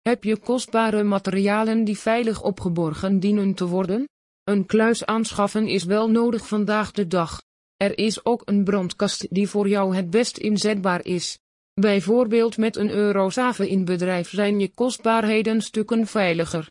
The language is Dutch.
Heb je kostbare materialen die veilig opgeborgen dienen te worden? Een kluis aanschaffen is wel nodig vandaag de dag. Er is ook een brandkast die voor jou het best inzetbaar is. Bijvoorbeeld met een Eurosave in bedrijf zijn je kostbaarheden stukken veiliger.